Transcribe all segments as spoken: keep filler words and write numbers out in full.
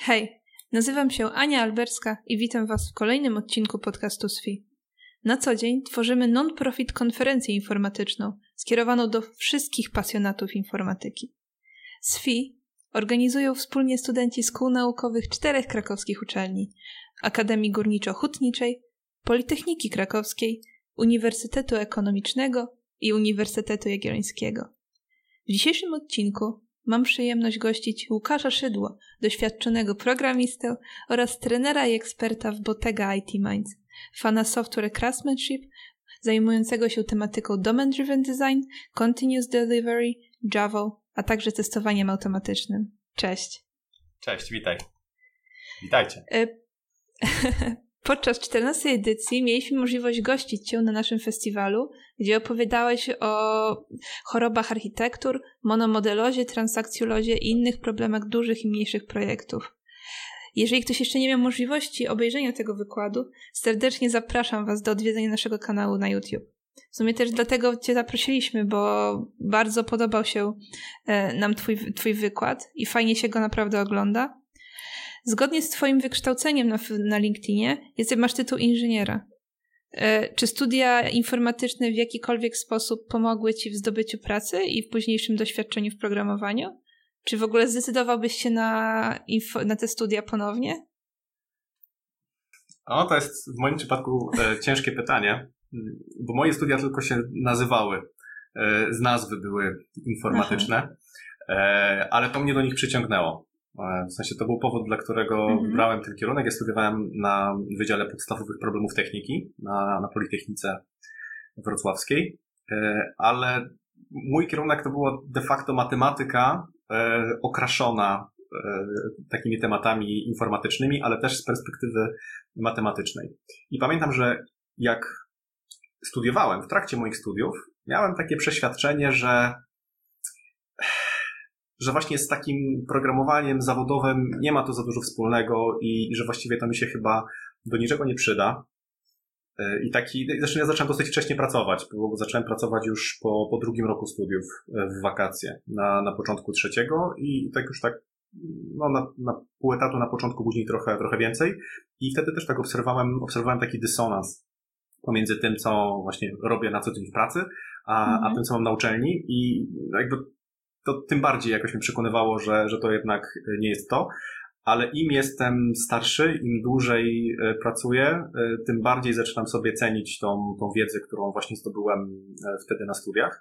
Hej, nazywam się Ania Alberska i witam Was w kolejnym odcinku podcastu S F I. Na co dzień tworzymy non-profit konferencję informatyczną skierowaną do wszystkich pasjonatów informatyki. S F I organizują wspólnie studenci szkół naukowych czterech krakowskich uczelni: Akademii Górniczo-Hutniczej, Politechniki Krakowskiej, Uniwersytetu Ekonomicznego i Uniwersytetu Jagiellońskiego. W dzisiejszym odcinku mam przyjemność gościć Łukasza Szydło, doświadczonego programistę oraz trenera i eksperta w Bottega I T Minds, fana software craftsmanship, zajmującego się tematyką domain-driven design, continuous delivery, Java, a także testowaniem automatycznym. Cześć. Cześć, witaj. Witajcie. Podczas czternastej edycji mieliśmy możliwość gościć Cię na naszym festiwalu, gdzie opowiadałeś o chorobach architektur, monomodelozie, transakcjulozie i innych problemach dużych i mniejszych projektów. Jeżeli ktoś jeszcze nie miał możliwości obejrzenia tego wykładu, serdecznie zapraszam Was do odwiedzenia naszego kanału na YouTube. W sumie też dlatego Cię zaprosiliśmy, bo bardzo podobał się nam Twój, twój wykład i fajnie się go naprawdę ogląda. Zgodnie z Twoim wykształceniem na, na LinkedInie jest, masz tytuł inżyniera. E, czy studia informatyczne w jakikolwiek sposób pomogły Ci w zdobyciu pracy i w późniejszym doświadczeniu w programowaniu? Czy w ogóle zdecydowałbyś się na, info, na te studia ponownie? O, to jest w moim przypadku e, ciężkie pytanie, bo moje studia tylko się nazywały, e, z nazwy były informatyczne, e, ale to mnie do nich przyciągnęło. W sensie to był powód, dla którego mm-hmm. wybrałem ten kierunek. Ja studiowałem na Wydziale Podstawowych Problemów Techniki na, na Politechnice Wrocławskiej, ale mój kierunek to była de facto matematyka e, okraszona e, takimi tematami informatycznymi, ale też z perspektywy matematycznej. I pamiętam, że jak studiowałem, w trakcie moich studiów, miałem takie przeświadczenie, że że właśnie z takim programowaniem zawodowym nie ma to za dużo wspólnego i że właściwie to mi się chyba do niczego nie przyda. I taki, zresztą ja zacząłem dosyć wcześnie pracować, bo zacząłem pracować już po, po drugim roku studiów w wakacje, na, na początku trzeciego i tak już tak, no na, na pół etatu na początku, później trochę, trochę więcej i wtedy też tak obserwowałem, obserwowałem taki dysonans pomiędzy tym, co właśnie robię na co dzień w pracy, a, mhm. a tym, co mam na uczelni i jakby to tym bardziej jakoś mnie przekonywało, że, że to jednak nie jest to, ale im jestem starszy, im dłużej pracuję, tym bardziej zaczynam sobie cenić tą, tą wiedzę, którą właśnie zdobyłem wtedy na studiach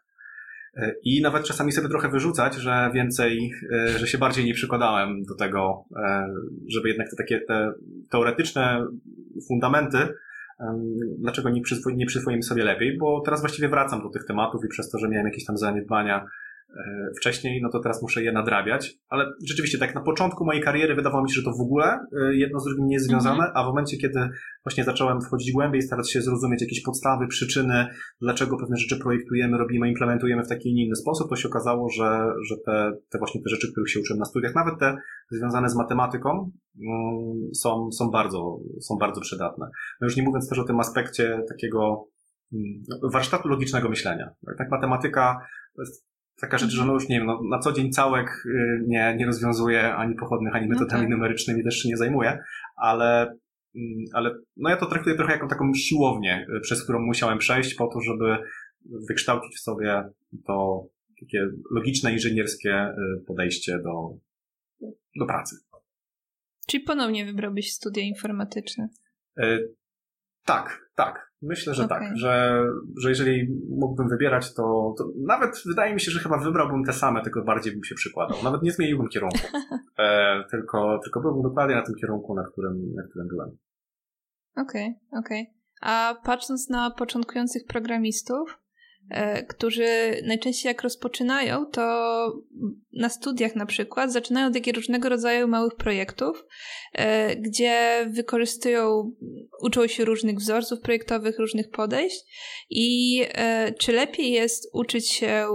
i nawet czasami sobie trochę wyrzucać, że więcej, że się bardziej nie przykładałem do tego, żeby jednak te takie te teoretyczne fundamenty, dlaczego nie, przyswo- nie przyswoimy sobie lepiej, bo teraz właściwie wracam do tych tematów i przez to, że miałem jakieś tam zaniedbania wcześniej, no to teraz muszę je nadrabiać, ale rzeczywiście tak na początku mojej kariery wydawało mi się, że to w ogóle jedno z drugim nie jest związane, mm-hmm. a w momencie, kiedy właśnie zacząłem wchodzić głębiej, starać się zrozumieć jakieś podstawy, przyczyny, dlaczego pewne rzeczy projektujemy, robimy, implementujemy w taki, nie inny sposób, to się okazało, że, że te, te właśnie te rzeczy, których się uczyłem na studiach, nawet te związane z matematyką, mm, są, są bardzo, są bardzo przydatne. No już nie mówiąc też o tym aspekcie takiego mm, warsztatu logicznego myślenia. Tak, matematyka to jest taka rzecz, że no już nie wiem, no, na co dzień całek nie, nie rozwiązuje ani pochodnych, ani metodami no tak. numerycznymi, też się nie zajmuję, ale, ale no ja to traktuję trochę jako taką siłownię, przez którą musiałem przejść po to, żeby wykształcić w sobie to takie logiczne, inżynierskie podejście do, do pracy. Czyli ponownie wybrałbyś studia informatyczne? Y- tak, tak. Myślę, że okay. tak, że, że jeżeli mógłbym wybierać, to, to nawet wydaje mi się, że chyba wybrałbym te same, tylko bardziej bym się przykładał. Nawet nie zmieniłbym kierunku, e, tylko, tylko byłbym dokładnie na tym kierunku, na którym, na którym byłem. Okej, okay, okej. Okay. A patrząc na początkujących programistów, e, którzy najczęściej jak rozpoczynają, to na studiach na przykład zaczynają od takich różnego rodzaju małych projektów, e, gdzie wykorzystują, uczą się różnych wzorców projektowych, różnych podejść i e, czy lepiej jest uczyć się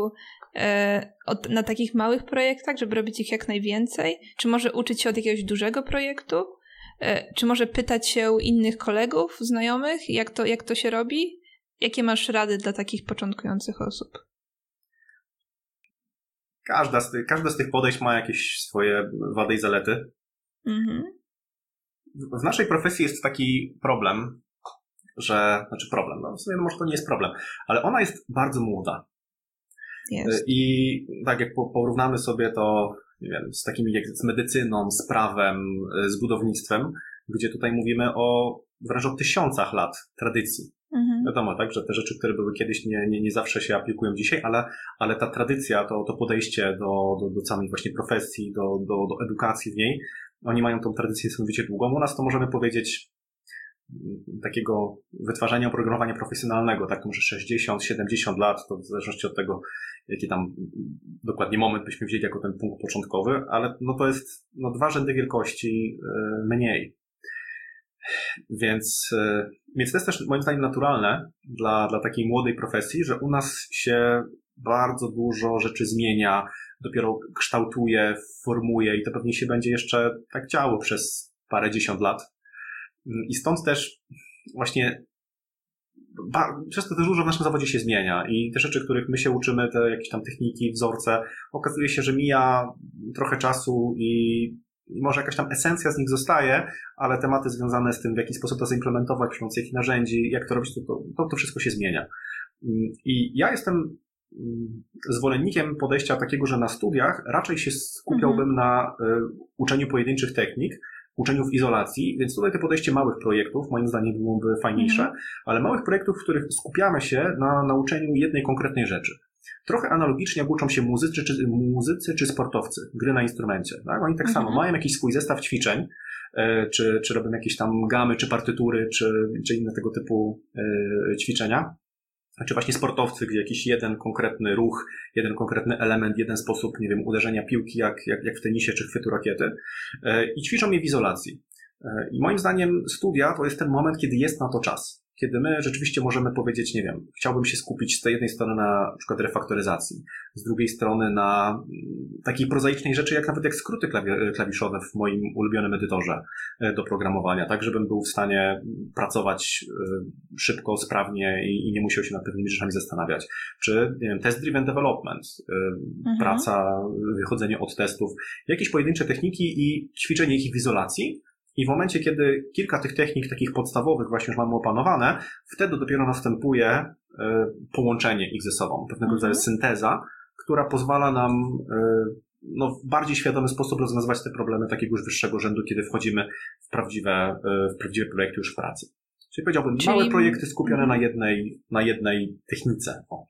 e, od, na takich małych projektach, żeby robić ich jak najwięcej, czy może uczyć się od jakiegoś dużego projektu, e, czy może pytać się innych kolegów, znajomych, jak to, jak to się robi? Jakie masz rady dla takich początkujących osób? Każda z tych, każde z tych podejść ma jakieś swoje wady i zalety. Mhm. W naszej profesji jest taki problem, że, znaczy problem, no w sumie no może to nie jest problem, ale ona jest bardzo młoda. Jest. I tak jak porównamy sobie to, nie wiem, z takimi jak z medycyną, z prawem, z budownictwem, gdzie tutaj mówimy o wręcz o tysiącach lat tradycji. Mhm. Wiadomo, tak, że te rzeczy, które były kiedyś, nie, nie, nie zawsze się aplikują dzisiaj, ale, ale ta tradycja, to, to podejście do, do, do samej właśnie profesji, do, do, do edukacji w niej, oni mają tą tradycję niesamowicie długą. U nas to możemy powiedzieć takiego wytwarzania oprogramowania profesjonalnego, tak, to może sześćdziesiąt siedemdziesiąt lat, to w zależności od tego, jaki tam dokładnie moment byśmy wzięli jako ten punkt początkowy, ale no to jest no, dwa rzędy wielkości mniej. Więc, więc to jest też moim zdaniem naturalne dla, dla takiej młodej profesji, że u nas się bardzo dużo rzeczy zmienia, dopiero kształtuje, formuje i to pewnie się będzie jeszcze tak działo przez parę dziesiąt lat. I stąd też właśnie przez to też dużo w naszym zawodzie się zmienia i te rzeczy, których my się uczymy, te jakieś tam techniki, wzorce, okazuje się, że mija trochę czasu i I może jakaś tam esencja z nich zostaje, ale tematy związane z tym, w jaki sposób to zaimplementować, przy pomocy jakich narzędzi, jak to robić, to, to, to wszystko się zmienia. I ja jestem zwolennikiem podejścia takiego, że na studiach raczej się skupiałbym mhm. na uczeniu pojedynczych technik, uczeniu w izolacji, więc tutaj to podejście małych projektów moim zdaniem byłoby fajniejsze, mhm. ale małych projektów, w których skupiamy się na nauczeniu jednej konkretnej rzeczy. Trochę analogicznie jak uczą się muzycy czy, muzycy czy sportowcy, gry na instrumencie. Tak? Oni tak mhm. samo mają jakiś swój zestaw ćwiczeń, e, czy, czy robią jakieś tam gamy, czy partytury, czy, czy inne tego typu e, ćwiczenia. Czy właśnie sportowcy, gdzie jakiś jeden konkretny ruch, jeden konkretny element, jeden sposób, nie wiem, uderzenia piłki, jak, jak, jak w tenisie, czy chwytu rakiety. E, I ćwiczą je w izolacji. E, I moim zdaniem studia to jest ten moment, kiedy jest na to czas. Kiedy my rzeczywiście możemy powiedzieć, nie wiem, chciałbym się skupić z tej jednej strony na, na przykład refaktoryzacji, z drugiej strony na takiej prozaicznej rzeczy, jak nawet jak skróty klawi- klawiszowe w moim ulubionym edytorze do programowania, tak żebym był w stanie pracować szybko, sprawnie i, i nie musiał się nad pewnymi rzeczami zastanawiać. Czy, nie wiem, test-driven development, mhm. praca, wychodzenie od testów, jakieś pojedyncze techniki i ćwiczenie ich w izolacji. I w momencie, kiedy kilka tych technik takich podstawowych właśnie już mamy opanowane, wtedy dopiero następuje y, połączenie ich ze sobą, pewnego rodzaju mhm. synteza, która pozwala nam y, no, w bardziej świadomy sposób rozwiązywać te problemy takiego już wyższego rzędu, kiedy wchodzimy w prawdziwe, y, w prawdziwe projekty już w pracy. Czyli powiedziałbym, Czyli... małe projekty skupione mhm. na jednej, na jednej technice. O.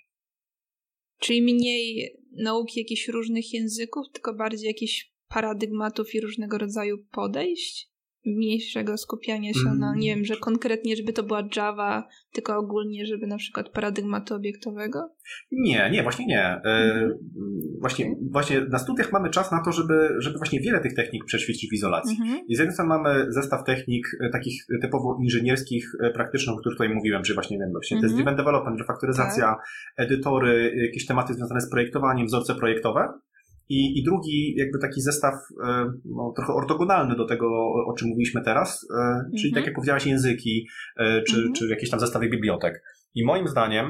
Czyli mniej nauki jakichś różnych języków, tylko bardziej jakichś paradygmatów i różnego rodzaju podejść? Mniejszego skupiania się na, nie wiem, że konkretnie, żeby to była Java, tylko ogólnie, żeby na przykład paradygmatu obiektowego? Nie, nie, właśnie nie. Mhm. Właśnie, właśnie na studiach mamy czas na to, żeby, żeby właśnie wiele tych technik przećwiczyć w izolacji. Mhm. I z jednej strony mamy zestaw technik takich typowo inżynierskich, praktycznych, o których tutaj mówiłem, czyli właśnie, nie wiem, właśnie mhm. test-driven development, refaktoryzacja, tak. edytory, jakieś tematy związane z projektowaniem, wzorce projektowe. I, I drugi jakby taki zestaw no, trochę ortogonalny do tego, o czym mówiliśmy teraz, mm-hmm. czyli tak jak powiedziałaś, języki, czy, mm-hmm. czy jakieś tam zestawy bibliotek. I moim zdaniem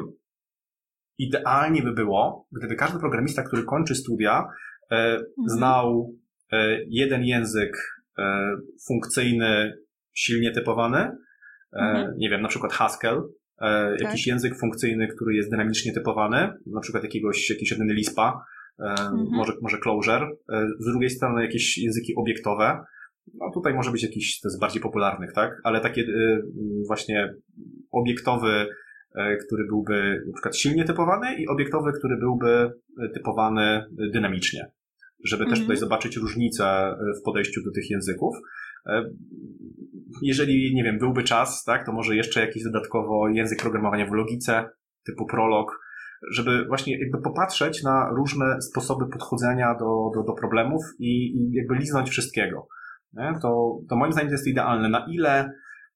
idealnie by było, gdyby każdy programista, który kończy studia, mm-hmm. znał jeden język funkcyjny, silnie typowany, mm-hmm. nie wiem, na przykład Haskell, tak. jakiś język funkcyjny, który jest dynamicznie typowany, na przykład jakiegoś, jakiś jeden Lispa, Mhm. Może, może Clojure, z drugiej strony jakieś języki obiektowe, no tutaj może być jakiś, to jest bardziej popularnych, tak, ale takie właśnie obiektowy, który byłby na przykład silnie typowany i obiektowy, który byłby typowany dynamicznie, żeby mhm. też tutaj zobaczyć różnicę w podejściu do tych języków. Jeżeli, nie wiem, byłby czas, tak, to może jeszcze jakiś dodatkowo język programowania w logice, typu Prolog, żeby właśnie jakby popatrzeć na różne sposoby podchodzenia do, do, do problemów i, i jakby liznąć wszystkiego. Nie? To, to moim zdaniem to jest idealne. Na ile,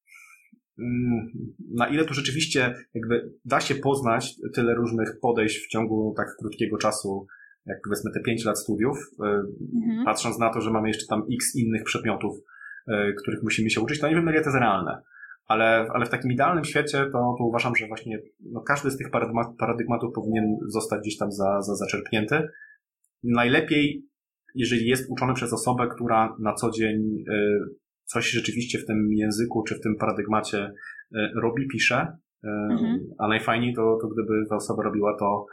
na ile tu rzeczywiście jakby da się poznać tyle różnych podejść w ciągu tak krótkiego czasu, jak powiedzmy te pięć lat studiów, mhm. patrząc na to, że mamy jeszcze tam x innych przedmiotów, których musimy się uczyć, to nie wiem, na ile to jest realne. Ale, ale w takim idealnym świecie to, to uważam, że właśnie no, każdy z tych paradygmatów powinien zostać gdzieś tam za, za, zaczerpnięty. Najlepiej jeżeli jest uczony przez osobę, która na co dzień coś rzeczywiście w tym języku czy w tym paradygmacie robi, pisze, mhm. a najfajniej to, to gdyby ta osoba robiła to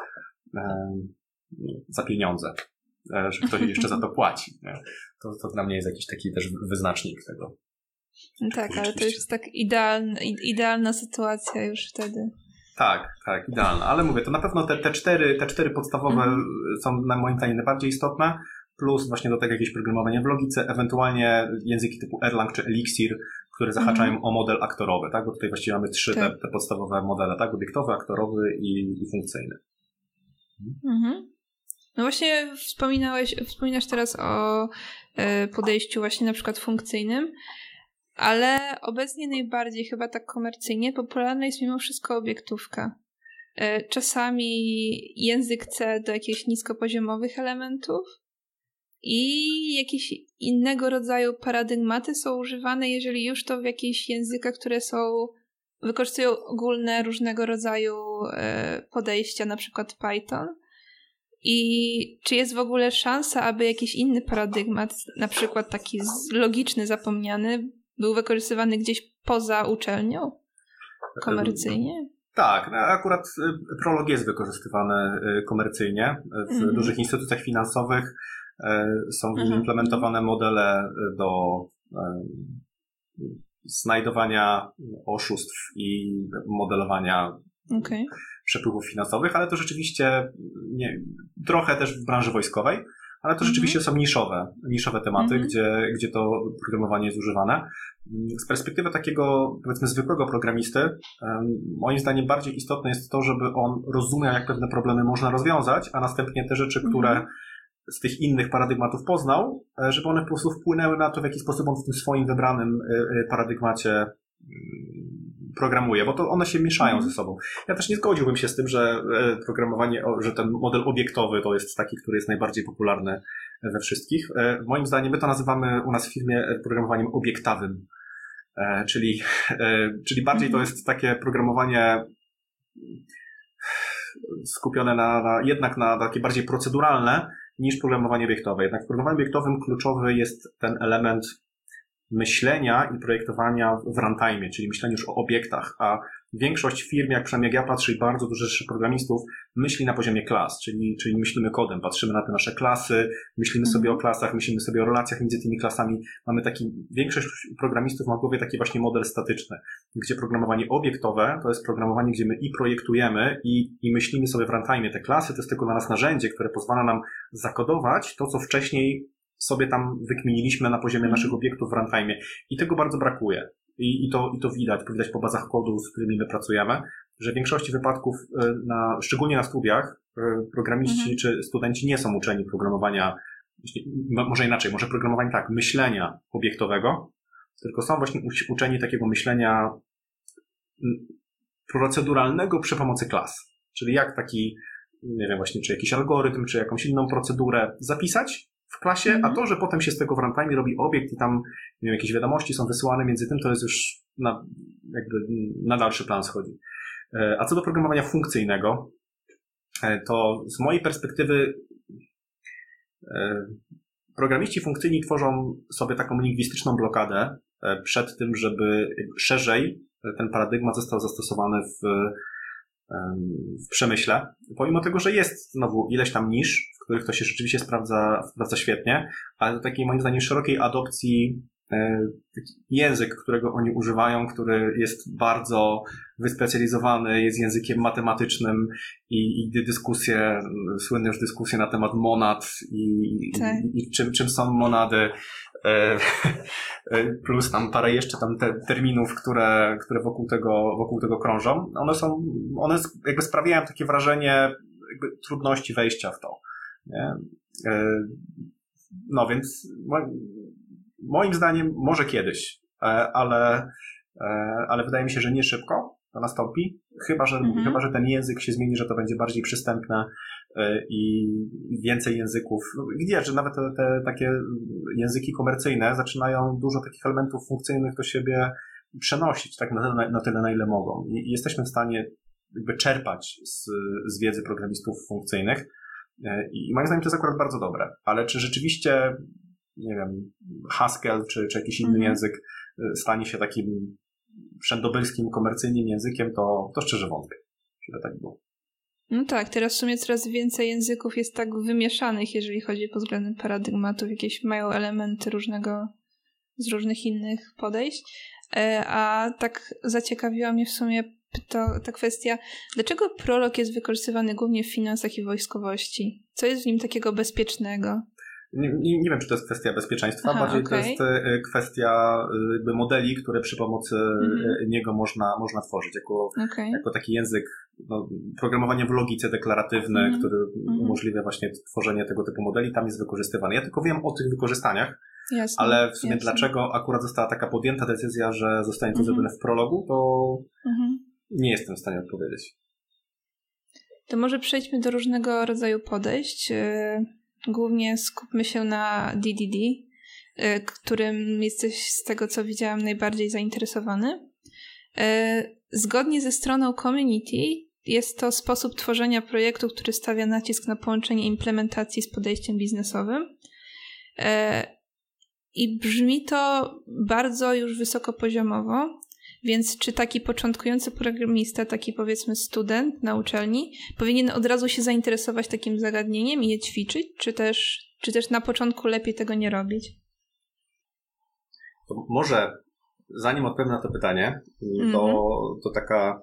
za pieniądze, że ktoś jeszcze za to płaci. Nie? To, to dla mnie jest jakiś taki też wyznacznik tego. Tak, ale to jest tak idealna, idealna sytuacja już wtedy. Tak, tak, idealna. Ale mówię, to na pewno te, te, cztery, te cztery podstawowe mm. są na moim zdaniem najbardziej istotne, plus właśnie do tego jakieś programowanie w logice, ewentualnie języki typu Erlang czy Elixir, które zahaczają mm. o model aktorowy, tak? Bo tutaj właściwie mamy trzy tak. te, te podstawowe modele, tak? Obiektowy, aktorowy i, i funkcyjny. Mhm. No właśnie wspominałeś, wspominasz teraz o y, podejściu właśnie na przykład funkcyjnym, ale obecnie najbardziej chyba tak komercyjnie popularna jest mimo wszystko obiektówka. Y, czasami język C do jakichś niskopoziomowych elementów i jakieś innego rodzaju paradygmaty są używane, jeżeli już to w jakichś językach, które są wykorzystują ogólne różnego rodzaju y, podejścia, na przykład Python. I czy jest w ogóle szansa, aby jakiś inny paradygmat, na przykład taki logiczny, zapomniany, był wykorzystywany gdzieś poza uczelnią? Komercyjnie? Tak, akurat Prolog jest wykorzystywany komercyjnie. W mhm. dużych instytucjach finansowych są mhm. implementowane modele do znajdowania oszustw i modelowania okay. przepływów finansowych, ale to rzeczywiście nie, trochę też w branży wojskowej, ale to mm-hmm. rzeczywiście są niszowe, niszowe tematy, mm-hmm. gdzie, gdzie to programowanie jest używane. Z perspektywy takiego, powiedzmy, zwykłego programisty, moim zdaniem bardziej istotne jest to, żeby on rozumiał, jak pewne problemy można rozwiązać, a następnie te rzeczy, mm-hmm. które z tych innych paradygmatów poznał, żeby one po prostu wpłynęły na to, w jaki sposób on w tym swoim wybranym paradygmacie programuje, bo to one się mieszają mm. ze sobą. Ja też nie zgodziłbym się z tym, że programowanie, że ten model obiektowy to jest taki, który jest najbardziej popularny we wszystkich. Moim zdaniem my to nazywamy u nas w firmie programowaniem obiektowym, czyli, czyli bardziej mm. to jest takie programowanie skupione na, na jednak na takie bardziej proceduralne niż programowanie obiektowe. Jednak w programowaniu obiektowym kluczowy jest ten element myślenia i projektowania w runtime, czyli myślenia już o obiektach, a większość firm, jak przynajmniej jak ja patrzę i bardzo dużo programistów, myśli na poziomie klas, czyli, czyli myślimy kodem, patrzymy na te nasze klasy, myślimy sobie o klasach, myślimy sobie o relacjach między tymi klasami. Mamy taki, większość programistów ma w głowie taki właśnie model statyczny, gdzie programowanie obiektowe to jest programowanie, gdzie my i projektujemy i, i myślimy sobie w runtime te klasy, to jest tylko dla nas narzędzie, które pozwala nam zakodować to, co wcześniej sobie tam wykminiliśmy na poziomie mm. naszych obiektów w runtime. I tego bardzo brakuje. I, i, to, I to widać, widać po bazach kodu, z którymi my pracujemy, że w większości wypadków, na, szczególnie na studiach, programiści mm. czy studenci nie są uczeni programowania, może inaczej, może programowania tak, myślenia obiektowego, tylko są właśnie uczeni takiego myślenia proceduralnego przy pomocy klas. Czyli jak taki, nie wiem właśnie, czy jakiś algorytm, czy jakąś inną procedurę zapisać w klasie, mm-hmm. a to, że potem się z tego w runtime robi obiekt i tam, nie wiem, jakieś wiadomości są wysyłane między tym, to jest już na, jakby na dalszy plan schodzi. A co do programowania funkcyjnego, to z mojej perspektywy programiści funkcyjni tworzą sobie taką lingwistyczną blokadę przed tym, żeby szerzej ten paradygmat został zastosowany w, w przemyśle, pomimo tego, że jest znowu ileś tam nisz, w których to się rzeczywiście sprawdza, sprawdza świetnie, ale do takiej moim zdaniem szerokiej adopcji taki język, którego oni używają, który jest bardzo wyspecjalizowany, jest językiem matematycznym i, i dyskusje, słynne już dyskusje na temat monad i, tak. i, i czym, czym są monady, plus tam parę jeszcze tam te terminów, które, które wokół tego, wokół tego krążą. One są, one jakby sprawiają takie wrażenie jakby trudności wejścia w to. Nie? No więc moim zdaniem może kiedyś, ale, ale wydaje mi się, że nie szybko to nastąpi, chyba że, mhm. chyba, że ten język się zmieni, że to będzie bardziej przystępne i więcej języków. Widzisz, że nawet te, te takie języki komercyjne zaczynają dużo takich elementów funkcyjnych do siebie przenosić, tak na, na, na tyle, na ile mogą. I jesteśmy w stanie jakby czerpać z, z wiedzy programistów funkcyjnych. I moim zdaniem to jest akurat bardzo dobre. Ale czy rzeczywiście, nie wiem, Haskell czy, czy jakiś inny mhm. język stanie się takim wszędobylskim, komercyjnym językiem, to, to szczerze wątpię, żeby tak było. No tak, teraz w sumie coraz więcej języków jest tak wymieszanych, jeżeli chodzi pod względem paradygmatów. Jakieś mają elementy różnego, z różnych innych podejść. A tak zaciekawiła mnie w sumie to, ta kwestia, dlaczego prolog jest wykorzystywany głównie w finansach i wojskowości? Co jest w nim takiego bezpiecznego? Nie, nie, nie wiem, czy to jest kwestia bezpieczeństwa, Aha, bardziej okay. to jest kwestia jakby modeli, które przy pomocy mm-hmm. niego można, można tworzyć. Jako, okay. jako taki język no, programowania w logice deklaratywne, mm-hmm. który mm-hmm. umożliwia właśnie tworzenie tego typu modeli, tam jest wykorzystywany. Ja tylko wiem o tych wykorzystaniach, Jasne, ale w sumie jasne. dlaczego akurat została taka podjęta decyzja, że zostanie to mm-hmm. zrobione w prologu, to mm-hmm. nie jestem w stanie odpowiedzieć. To może przejdźmy do różnego rodzaju podejść. Głównie skupmy się na D D D, którym jesteś z tego, co widziałam, najbardziej zainteresowany. Zgodnie ze stroną community jest to sposób tworzenia projektu, który stawia nacisk na połączenie implementacji z podejściem biznesowym. I brzmi to bardzo już wysokopoziomowo, więc czy taki początkujący programista, taki powiedzmy student na uczelni, powinien od razu się zainteresować takim zagadnieniem i je ćwiczyć, czy też, czy też na początku lepiej tego nie robić? To może zanim odpowiem na to pytanie, mm-hmm. to, to taka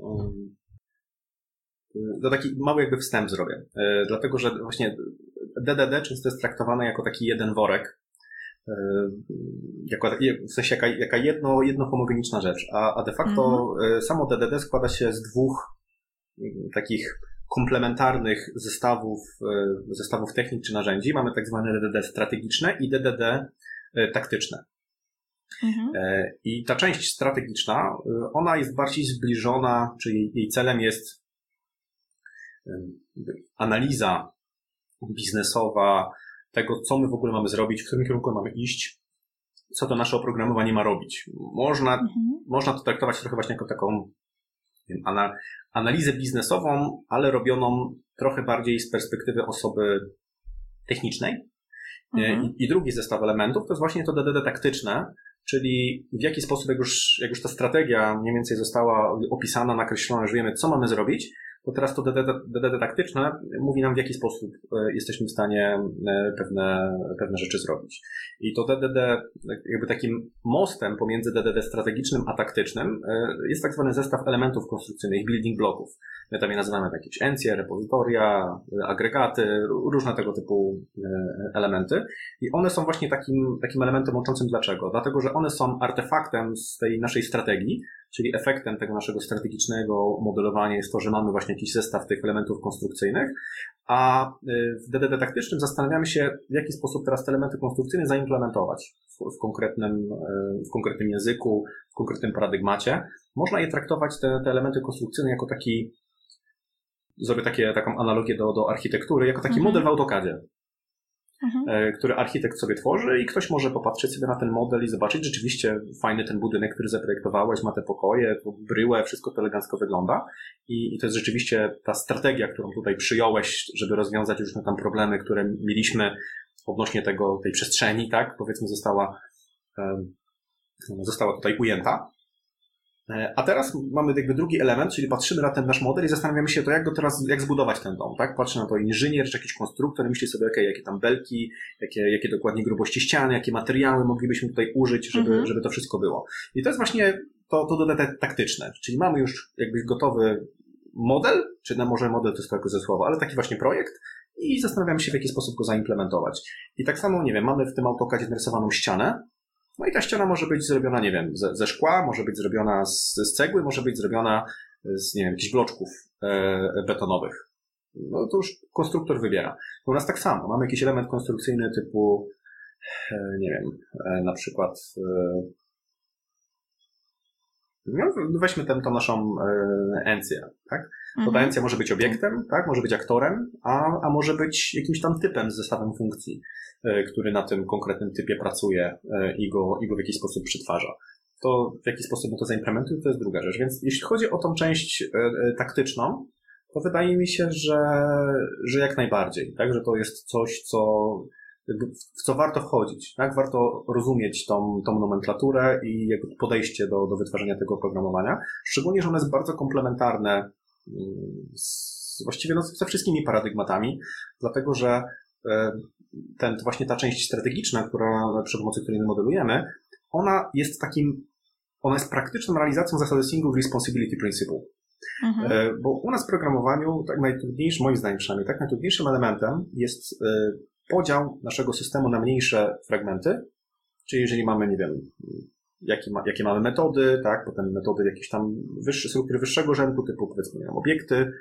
to taki mały jakby wstęp zrobię. Dlatego, że właśnie D D D często jest traktowane jako taki jeden worek, Jako, w sensie jaka, jaka jedno, jedno homogeniczna rzecz, a, a de facto mm-hmm. samo D D D składa się z dwóch takich komplementarnych zestawów, zestawów technik czy narzędzi. Mamy tak zwane D D D strategiczne i D D D taktyczne. Mm-hmm. I ta część strategiczna, ona jest bardziej zbliżona, czyli jej celem jest analiza biznesowa tego, co my w ogóle mamy zrobić, w którym kierunku mamy iść, co to nasze oprogramowanie ma robić. Można, mhm. można to traktować trochę właśnie jako taką wiem, ana, analizę biznesową, ale robioną trochę bardziej z perspektywy osoby technicznej. Mhm. I, I drugi zestaw elementów to jest właśnie to D D D taktyczne, czyli w jaki sposób, jak już, jak już ta strategia mniej więcej została opisana, nakreślona, że wiemy, co mamy zrobić, to teraz to D D D, D D D taktyczne mówi nam, w jaki sposób jesteśmy w stanie pewne, pewne rzeczy zrobić. I to D D D, jakby takim mostem pomiędzy D D D strategicznym a taktycznym jest tak zwany zestaw elementów konstrukcyjnych, building blocków. My tam je nazywamy jakieś encje, repozytoria, agregaty, różne tego typu elementy. I one są właśnie takim, takim elementem łączącym. Dlaczego? Dlatego, że one są artefaktem z tej naszej strategii, czyli efektem tego naszego strategicznego modelowania jest to, że mamy właśnie jakiś zestaw tych elementów konstrukcyjnych, a w D D D taktycznym zastanawiamy się, w jaki sposób teraz te elementy konstrukcyjne zaimplementować w, w, konkretnym, w konkretnym języku, w konkretnym paradygmacie. Można je traktować, te, te elementy konstrukcyjne, jako taki, zrobię takie, taką analogię do, do architektury, jako taki mhm. model w AutoCADzie. Mhm. który architekt sobie tworzy i ktoś może popatrzeć sobie na ten model i zobaczyć, rzeczywiście fajny ten budynek, który zaprojektowałeś, ma te pokoje, bryłę, wszystko to elegancko wygląda i, i to jest rzeczywiście ta strategia, którą tutaj przyjąłeś, żeby rozwiązać różne tam problemy, które mieliśmy odnośnie tego, tej przestrzeni, tak, powiedzmy została, um, została tutaj ujęta. A teraz mamy jakby drugi element, czyli patrzymy na ten nasz model i zastanawiamy się, to jak go teraz, jak zbudować ten dom, tak? Patrzy na to inżynier czy jakiś konstruktor i myśli sobie, okej, okay, jakie tam belki, jakie, jakie dokładnie grubości ściany, jakie materiały moglibyśmy tutaj użyć, żeby, mhm. żeby to wszystko było. I to jest właśnie to, to D D D taktyczne, czyli mamy już jakby gotowy model, czy no może model to jest tylko ze słowa, ale taki właśnie projekt i zastanawiamy się, w jaki sposób go zaimplementować. I tak samo, nie wiem, mamy w tym AutoCADzie narysowaną ścianę. No i ta ściana może być zrobiona, nie wiem, ze, ze szkła, może być zrobiona z, z cegły, może być zrobiona z, nie wiem, jakichś bloczków e, betonowych. No to już konstruktor wybiera. To u nas tak samo. Mamy jakiś element konstrukcyjny typu, e, nie wiem, e, na przykład e, no, weźmy tę naszą e, encję, tak? To ta encja może być obiektem, tak? Może być aktorem, a, a może być jakimś tam typem z zestawem funkcji, e, który na tym konkretnym typie pracuje e, i, go, i go w jakiś sposób przetwarza. To w jaki sposób to zaimplementuje, to jest druga rzecz. Więc jeśli chodzi o tą część e, e, taktyczną, to wydaje mi się, że, że jak najbardziej, tak? Że to jest coś, co, w co warto wchodzić, tak? Warto rozumieć tą, tą nomenklaturę i jakby podejście do, do wytwarzania tego oprogramowania, szczególnie, że ono jest bardzo komplementarne z, właściwie no, ze wszystkimi paradygmatami, dlatego, że ten, właśnie ta część strategiczna, która, przy pomocy której my modelujemy, ona jest takim, ona jest praktyczną realizacją zasady Single Responsibility Principle. Mhm. Bo u nas w programowaniu tak najtrudniejszym, moim zdaniem przynajmniej, tak najtrudniejszym elementem jest podział naszego systemu na mniejsze fragmenty, czyli jeżeli mamy, nie wiem, jakie, ma, jakie mamy metody, tak, potem metody jakieś tam wyższe, struktury wyższego rzędu, typu powiedzmy, nie wiem, obiekty,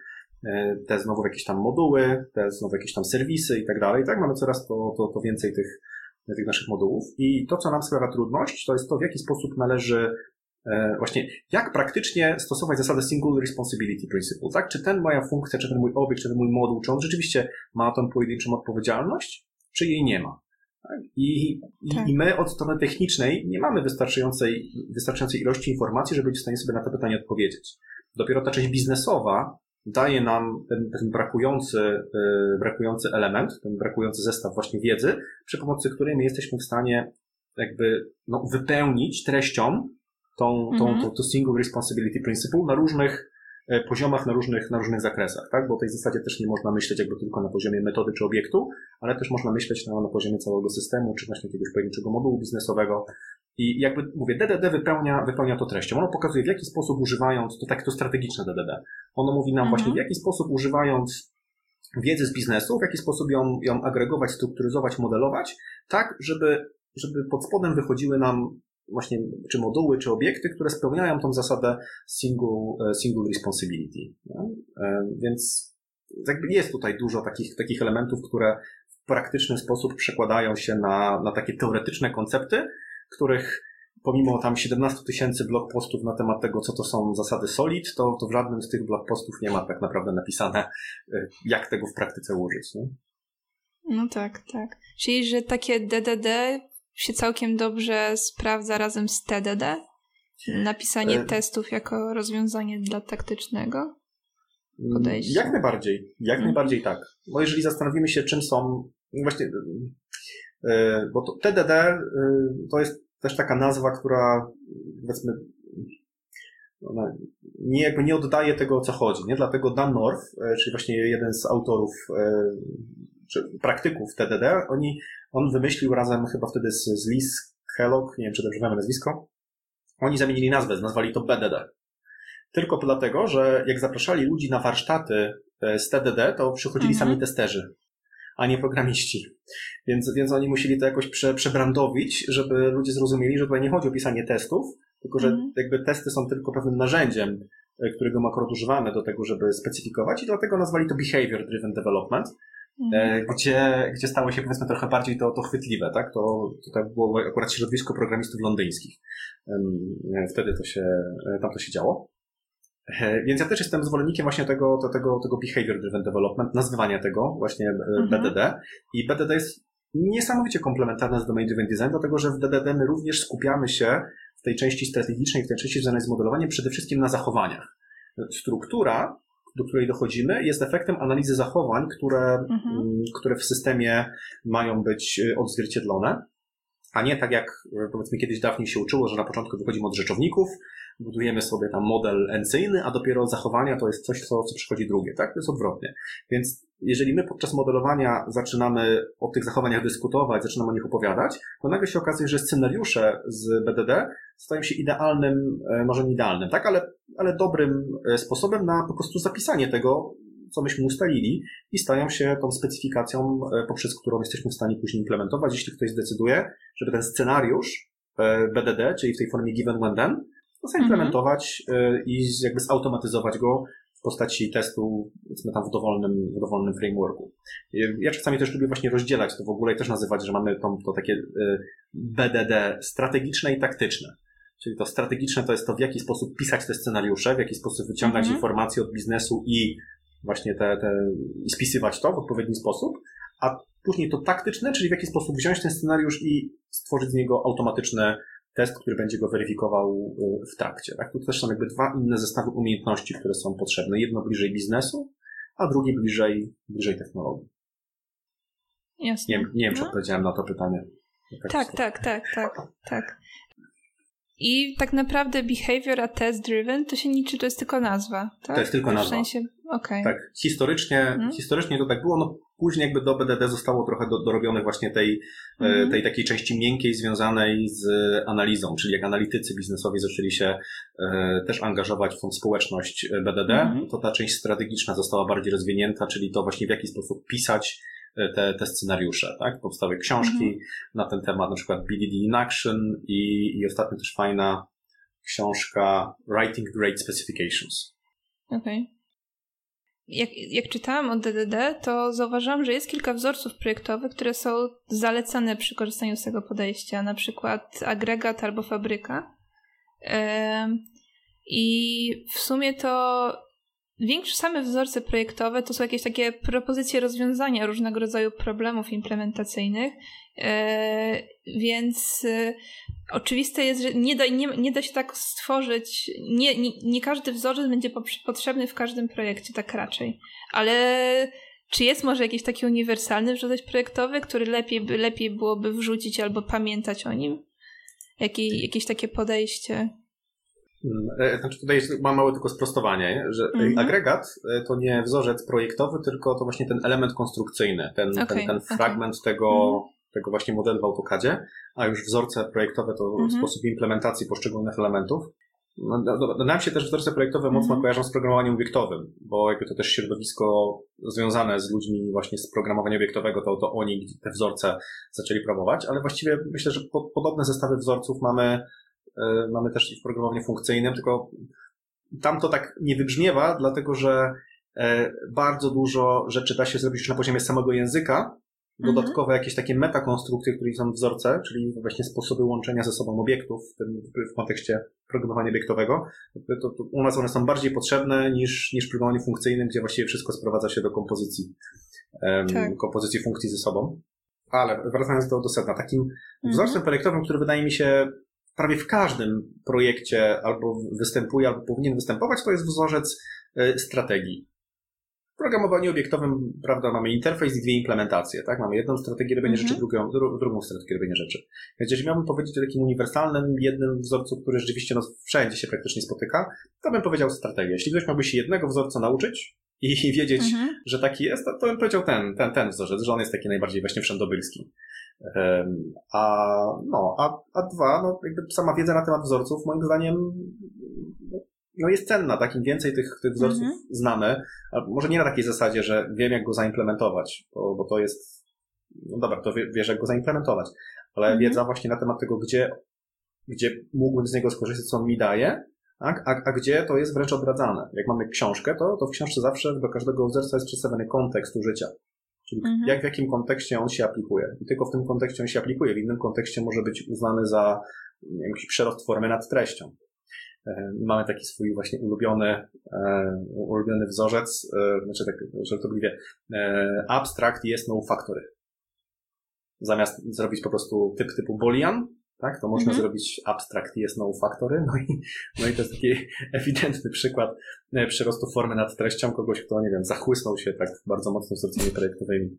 te znowu jakieś tam moduły, te znowu jakieś tam serwisy i tak dalej, tak, mamy coraz to, to, to więcej tych, tych naszych modułów i to, co nam sprawia trudność, to jest to, w jaki sposób należy właśnie, jak praktycznie stosować zasadę Single Responsibility Principle, tak? Czy ten moja funkcja, czy ten mój obiekt, czy ten mój moduł, czy on rzeczywiście ma tą pojedynczą odpowiedzialność, czy jej nie ma. Tak? I, tak. I my od strony technicznej nie mamy wystarczającej, wystarczającej ilości informacji, żeby być w stanie sobie na to pytanie odpowiedzieć. Dopiero ta część biznesowa daje nam ten, ten brakujący, yy, brakujący element, ten brakujący zestaw właśnie wiedzy, przy pomocy której my jesteśmy w stanie jakby no, wypełnić treścią tą, tą, mm-hmm. tą, tą Single Responsibility Principle na różnych poziomach, na różnych, na różnych zakresach, tak? Bo w tej zasadzie też nie można myśleć jakby tylko na poziomie metody czy obiektu, ale też można myśleć na, na poziomie całego systemu, czy właśnie jakiegoś pojedynczego modułu biznesowego. I jakby mówię, D D D wypełnia, wypełnia to treścią. Ono pokazuje, w jaki sposób używając, to tak to strategiczne D D D. Ono mówi nam mm-hmm. właśnie, w jaki sposób używając wiedzy z biznesu, w jaki sposób ją, ją agregować, strukturyzować, modelować, tak, żeby, żeby pod spodem wychodziły nam właśnie czy moduły, czy obiekty, które spełniają tą zasadę single, single responsibility. No? Więc jakby jest tutaj dużo takich, takich elementów, które w praktyczny sposób przekładają się na, na takie teoretyczne koncepty, których pomimo tam siedemnaście tysięcy blog postów na temat tego, co to są zasady SOLID, to, to w żadnym z tych blog postów nie ma tak naprawdę napisane, jak tego w praktyce użyć. Nie? No tak, tak. Czyli, że takie D D D się całkiem dobrze sprawdza razem z T D D? Napisanie e... testów jako rozwiązanie dla taktycznego podejścia? Jak najbardziej. Jak hmm. najbardziej tak. Bo jeżeli zastanowimy się, czym są właśnie, bo to T D D to jest też taka nazwa, która powiedzmy ona nie, jakby nie oddaje tego, o co chodzi. Nie? Dlatego Dan North, czyli właśnie jeden z autorów czy praktyków T D D, oni, on wymyślił razem chyba wtedy z, z Liz Kellogg, nie wiem, czy dobrze mamy nazwisko, oni zamienili nazwę, nazwali to B D D. Tylko dlatego, że jak zapraszali ludzi na warsztaty z T D D, to przychodzili mhm. sami testerzy, a nie programiści. Więc, więc oni musieli to jakoś prze, przebrandowić, żeby ludzie zrozumieli, że tutaj nie chodzi o pisanie testów, tylko że mhm. jakby testy są tylko pewnym narzędziem, którego my akurat używamy do tego, żeby specyfikować i dlatego nazwali to Behavior Driven Development, mhm. gdzie, gdzie stało się powiedzmy trochę bardziej to, to chwytliwe, tak? To, to było akurat środowisko programistów londyńskich. Wtedy to się, tam to się działo. Więc ja też jestem zwolennikiem właśnie tego, tego, tego Behavior Driven Development, nazwywania tego właśnie mhm. B D D. I B D D jest niesamowicie komplementarne z Domain Driven Design, dlatego że w D D D my również skupiamy się w tej części strategicznej, w tej części związanej z modelowaniem przede wszystkim na zachowaniach. Struktura, do której dochodzimy, jest efektem analizy zachowań, które, mhm. które w systemie mają być odzwierciedlone, a nie tak jak powiedzmy kiedyś dawniej się uczyło, że na początku wychodzimy od rzeczowników, budujemy sobie tam model encyjny, a dopiero zachowania to jest coś, co, co przychodzi drugie, tak? To jest odwrotnie. Więc jeżeli my podczas modelowania zaczynamy o tych zachowaniach dyskutować, zaczynamy o nich opowiadać, to nagle się okazuje, że scenariusze z B D D stają się idealnym, może nie idealnym, tak? Ale, ale dobrym sposobem na po prostu zapisanie tego, co myśmy ustalili i stają się tą specyfikacją, poprzez którą jesteśmy w stanie później implementować, jeśli ktoś zdecyduje, żeby ten scenariusz B D D, czyli w tej formie given when then, to zaimplementować mm-hmm. i jakby zautomatyzować go w postaci testu, powiedzmy tam w dowolnym, w dowolnym frameworku. Ja czasami też lubię właśnie rozdzielać to w ogóle i też nazywać, że mamy to, to takie B D D strategiczne i taktyczne. Czyli to strategiczne to jest to, w jaki sposób pisać te scenariusze, w jaki sposób wyciągać mm-hmm. informacje od biznesu i właśnie te, te, i spisywać to w odpowiedni sposób, a później to taktyczne, czyli w jaki sposób wziąć ten scenariusz i stworzyć z niego automatyczny test, który będzie go weryfikował w trakcie. Tak? Tu też są jakby dwa inne zestawy umiejętności, które są potrzebne. Jedno bliżej biznesu, a drugi bliżej, bliżej technologii. Jasne. Nie, nie wiem, czy no. odpowiedziałem na to pytanie. Tak, tak, tak, tak, tak. I tak naprawdę behavior a test driven to się liczy, to jest tylko nazwa, tak? To jest tylko nazwa. W sensie, okej. Tak, historycznie, hmm. historycznie to tak było, no później jakby do B D D zostało trochę do, dorobione właśnie tej, hmm. tej takiej części miękkiej związanej z analizą, czyli jak analitycy biznesowi zaczęli się e, też angażować w tą społeczność B D D, hmm. to ta część strategiczna została bardziej rozwinięta, czyli to właśnie w jaki sposób pisać te, te scenariusze, tak? Powstały książki mhm. na ten temat, na przykład B D D in Action i, i ostatnio też fajna książka Writing Great Specifications. Okej. Okay. Jak, jak czytałam o D D D, to zauważyłam, że jest kilka wzorców projektowych, które są zalecane przy korzystaniu z tego podejścia, na przykład agregat albo fabryka. Ym, I w sumie to większe same wzorce projektowe to są jakieś takie propozycje rozwiązania różnego rodzaju problemów implementacyjnych, yy, więc yy, oczywiste jest, że nie da, nie, nie da się tak stworzyć, nie, nie, nie każdy wzorzec będzie potrzebny w każdym projekcie, tak raczej. Ale czy jest może jakiś taki uniwersalny wzorzec projektowy, który lepiej, lepiej byłoby wrzucić albo pamiętać o nim? Jakie, jakieś takie podejście? Znaczy tutaj jest, mam małe tylko sprostowanie, że mm-hmm. agregat to nie wzorzec projektowy, tylko to właśnie ten element konstrukcyjny, ten, okay, ten, ten fragment okay. tego, mm-hmm. tego właśnie modelu w AutoCADzie, a już wzorce projektowe to mm-hmm. sposób implementacji poszczególnych elementów. No, no, no, nam się też wzorce projektowe mm-hmm. mocno kojarzą z programowaniem obiektowym, bo jakby to też środowisko związane z ludźmi właśnie z programowania obiektowego, to, to oni te wzorce zaczęli promować, ale właściwie myślę, że po, podobne zestawy wzorców mamy Mamy też i w programowaniu funkcyjnym, tylko tam to tak nie wybrzmiewa, dlatego że bardzo dużo rzeczy da się zrobić już na poziomie samego języka. Dodatkowe jakieś takie metakonstrukcje, które są wzorce, czyli właśnie sposoby łączenia ze sobą obiektów w, tym, w kontekście programowania obiektowego. To, to u nas one są bardziej potrzebne niż, niż w programowaniu funkcyjnym, gdzie właściwie wszystko sprowadza się do kompozycji, tak. kompozycji funkcji ze sobą. Ale wracając do, do sedna, takim mhm. wzorcem projektowym, który wydaje mi się prawie w każdym projekcie albo występuje, albo powinien występować, to jest wzorzec strategii. W programowaniu obiektowym, prawda, mamy interfejs i dwie implementacje, tak? Mamy jedną strategię robienia mm-hmm. rzeczy, drugą, dru, drugą strategię robienia rzeczy. Więc jeżeli miałbym powiedzieć o takim uniwersalnym, jednym wzorcu, który rzeczywiście no, wszędzie się praktycznie spotyka, to bym powiedział strategię. Jeśli ktoś miałby się jednego wzorca nauczyć i wiedzieć, mm-hmm. że taki jest, to, to bym powiedział ten, ten, ten wzorzec, że on jest taki najbardziej właśnie wszędobylski. A, no, a, a dwa, no, jakby sama wiedza na temat wzorców, moim zdaniem, no, jest cenna, tak? Im więcej tych, tych wzorców mm-hmm. znamy, a może nie na takiej zasadzie, że wiem, jak go zaimplementować, bo, bo to jest, no dobra, to wie, wiesz, jak go zaimplementować, ale mm-hmm. wiedza właśnie na temat tego, gdzie, gdzie mógłbym z niego skorzystać, co on mi daje, tak? A, a gdzie to jest wręcz odradzane. Jak mamy książkę, to, to w książce zawsze do każdego wzorca jest przedstawiony kontekst użycia. Czyli mhm. jak, w jakim kontekście on się aplikuje. I tylko w tym kontekście on się aplikuje. W innym kontekście może być uznany za nie wiem, jakiś przerost formy nad treścią. E, mamy taki swój właśnie ulubiony, e, ulubiony wzorzec, e, znaczy tak żartobliwie, e, abstract jest no factory. Zamiast zrobić po prostu typ typu boolean, tak, to można mhm. zrobić abstract jest no factory. No i, no i to jest taki ewidentny przykład przyrostu formy nad treścią kogoś, kto, nie wiem, zachłysnął się tak bardzo mocno wzorcami projektowymi.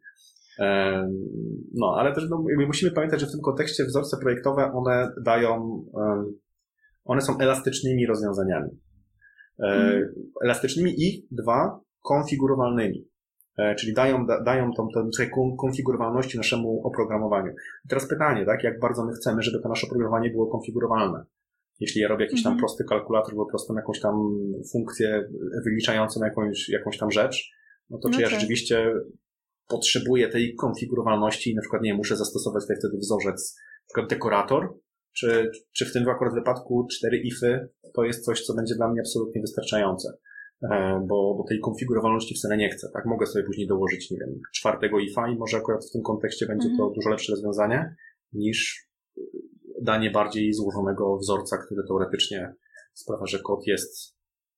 No, ale też no, musimy pamiętać, że w tym kontekście wzorce projektowe, one dają, one są elastycznymi rozwiązaniami. Mhm. Elastycznymi i dwa, konfigurowalnymi. Czyli dają, da, dają tą, tą konfigurowalności naszemu oprogramowaniu. I teraz pytanie, tak, jak bardzo my chcemy, żeby to nasze oprogramowanie było konfigurowalne. Jeśli ja robię jakiś tam mm-hmm. prosty kalkulator, albo prostą jakąś tam funkcję wyliczającą jakąś, jakąś tam rzecz, no to czy okay. ja rzeczywiście potrzebuję tej konfigurowalności i na przykład, nie muszę zastosować tutaj wtedy wzorzec, na przykład dekorator, czy, czy w tym akurat wypadku cztery ify to jest coś, co będzie dla mnie absolutnie wystarczające. Bo, bo tej konfigurowalności wcale nie chcę, tak? Mogę sobie później dołożyć, nie wiem, czwartego ifa i może akurat w tym kontekście będzie mm-hmm. to dużo lepsze rozwiązanie niż danie bardziej złożonego wzorca, który teoretycznie sprawia, że kod jest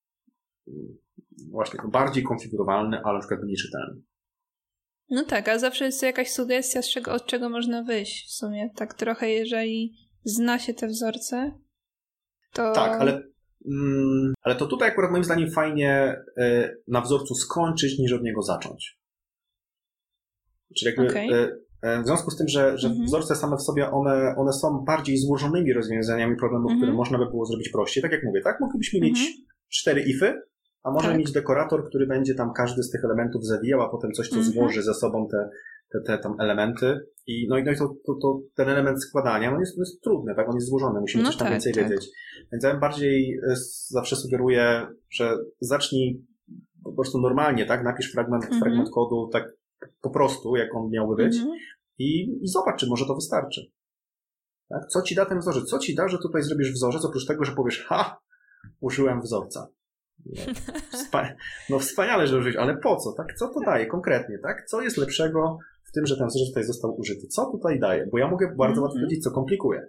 właśnie bardziej konfigurowalny, ale na przykład mniej czytelny. No tak, a zawsze jest jakaś sugestia, z czego, od czego można wyjść w sumie. Tak trochę, jeżeli zna się te wzorce, to... Tak, ale mm, ale to tutaj akurat moim zdaniem fajnie y, na wzorcu skończyć, niż od niego zacząć. Czyli jakby okay. y, y, w związku z tym, że, że mm-hmm. wzorce same w sobie, one, one są bardziej złożonymi rozwiązaniami problemów, mm-hmm. które można by było zrobić prościej. Tak jak mówię, tak? Moglibyśmy mm-hmm. mieć cztery ify, a może tak. mieć dekorator, który będzie tam każdy z tych elementów zawijał, a potem coś, co mm-hmm. złoży ze sobą te, te, te tam elementy. I, no i, no i to, to, to ten element składania, no jest, jest trudny, tak? On jest złożony, musimy no coś tam tak, więcej tak. wiedzieć. Więc ja bardziej zawsze sugeruję, że zacznij po prostu normalnie, tak? Napisz fragment, mm-hmm. fragment kodu tak po prostu, jak on miałby być mm-hmm. i, i zobacz, czy może to wystarczy. Tak? Co ci da ten wzorzec? Co ci da, że tutaj zrobisz wzorzec, oprócz tego, że powiesz, ha, użyłem wzorca. No, wspa- no wspaniale, że użyć, ale po co? Tak? Co to daje konkretnie? Tak? Co jest lepszego w tym, że ten wzorzec tutaj został użyty? Co tutaj daje? Bo ja mogę bardzo łatwo powiedzieć, co komplikuje.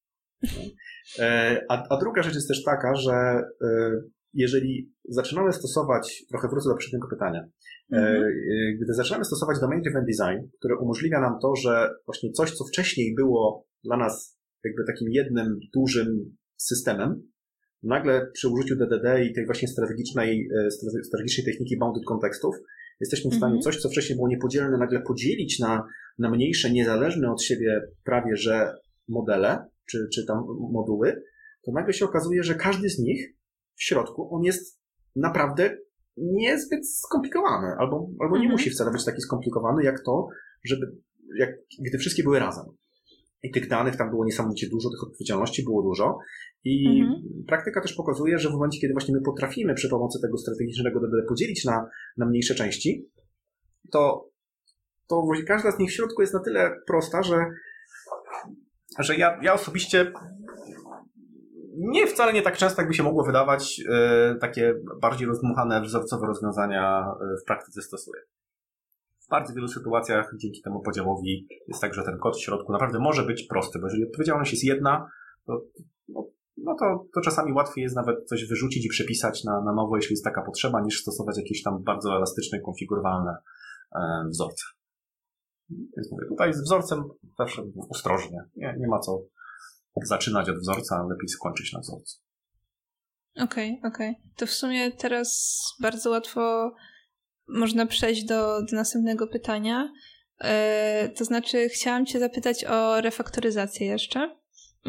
A, a druga rzecz jest też taka, że jeżeli zaczynamy stosować, trochę wrócę do poprzedniego pytania, mm-hmm. gdy zaczynamy stosować domain driven design, który umożliwia nam to, że właśnie coś, co wcześniej było dla nas jakby takim jednym dużym systemem, nagle przy użyciu D D D i tej właśnie strategicznej, strategicznej techniki bounded kontekstów jesteśmy w stanie mm-hmm. coś, co wcześniej było niepodzielne, nagle podzielić na, na mniejsze, niezależne od siebie prawie że modele, czy, czy tam moduły, to nagle się okazuje, że każdy z nich w środku, on jest naprawdę niezbyt skomplikowany, albo, albo nie mm-hmm. musi wcale być taki skomplikowany, jak to, żeby, jak, gdy wszystkie były razem. I tych danych tam było niesamowicie dużo, tych odpowiedzialności było dużo. I mm-hmm. praktyka też pokazuje, że w momencie, kiedy właśnie my potrafimy przy pomocy tego strategicznego D D D podzielić na, na mniejsze części, to, to każda z nich w środku jest na tyle prosta, że, że ja, ja osobiście nie wcale nie tak często, jakby się mogło wydawać, yy, takie bardziej rozdmuchane, wzorcowe rozwiązania w praktyce stosuję. W bardzo wielu sytuacjach dzięki temu podziałowi jest tak, że ten kod w środku naprawdę może być prosty, bo jeżeli odpowiedzialność jest jedna, to, no, no to, to czasami łatwiej jest nawet coś wyrzucić i przepisać na, na nowo, jeśli jest taka potrzeba, niż stosować jakieś tam bardzo elastyczne, konfigurowalne e, wzorce. Więc mówię, tutaj z wzorcem zawsze ostrożnie. Nie, nie ma co zaczynać od wzorca, lepiej skończyć na wzorcu. Okej, okay, okej. Okay. To w sumie teraz bardzo łatwo można przejść do, do następnego pytania. Yy, to znaczy chciałam cię zapytać o refaktoryzację jeszcze. Yy,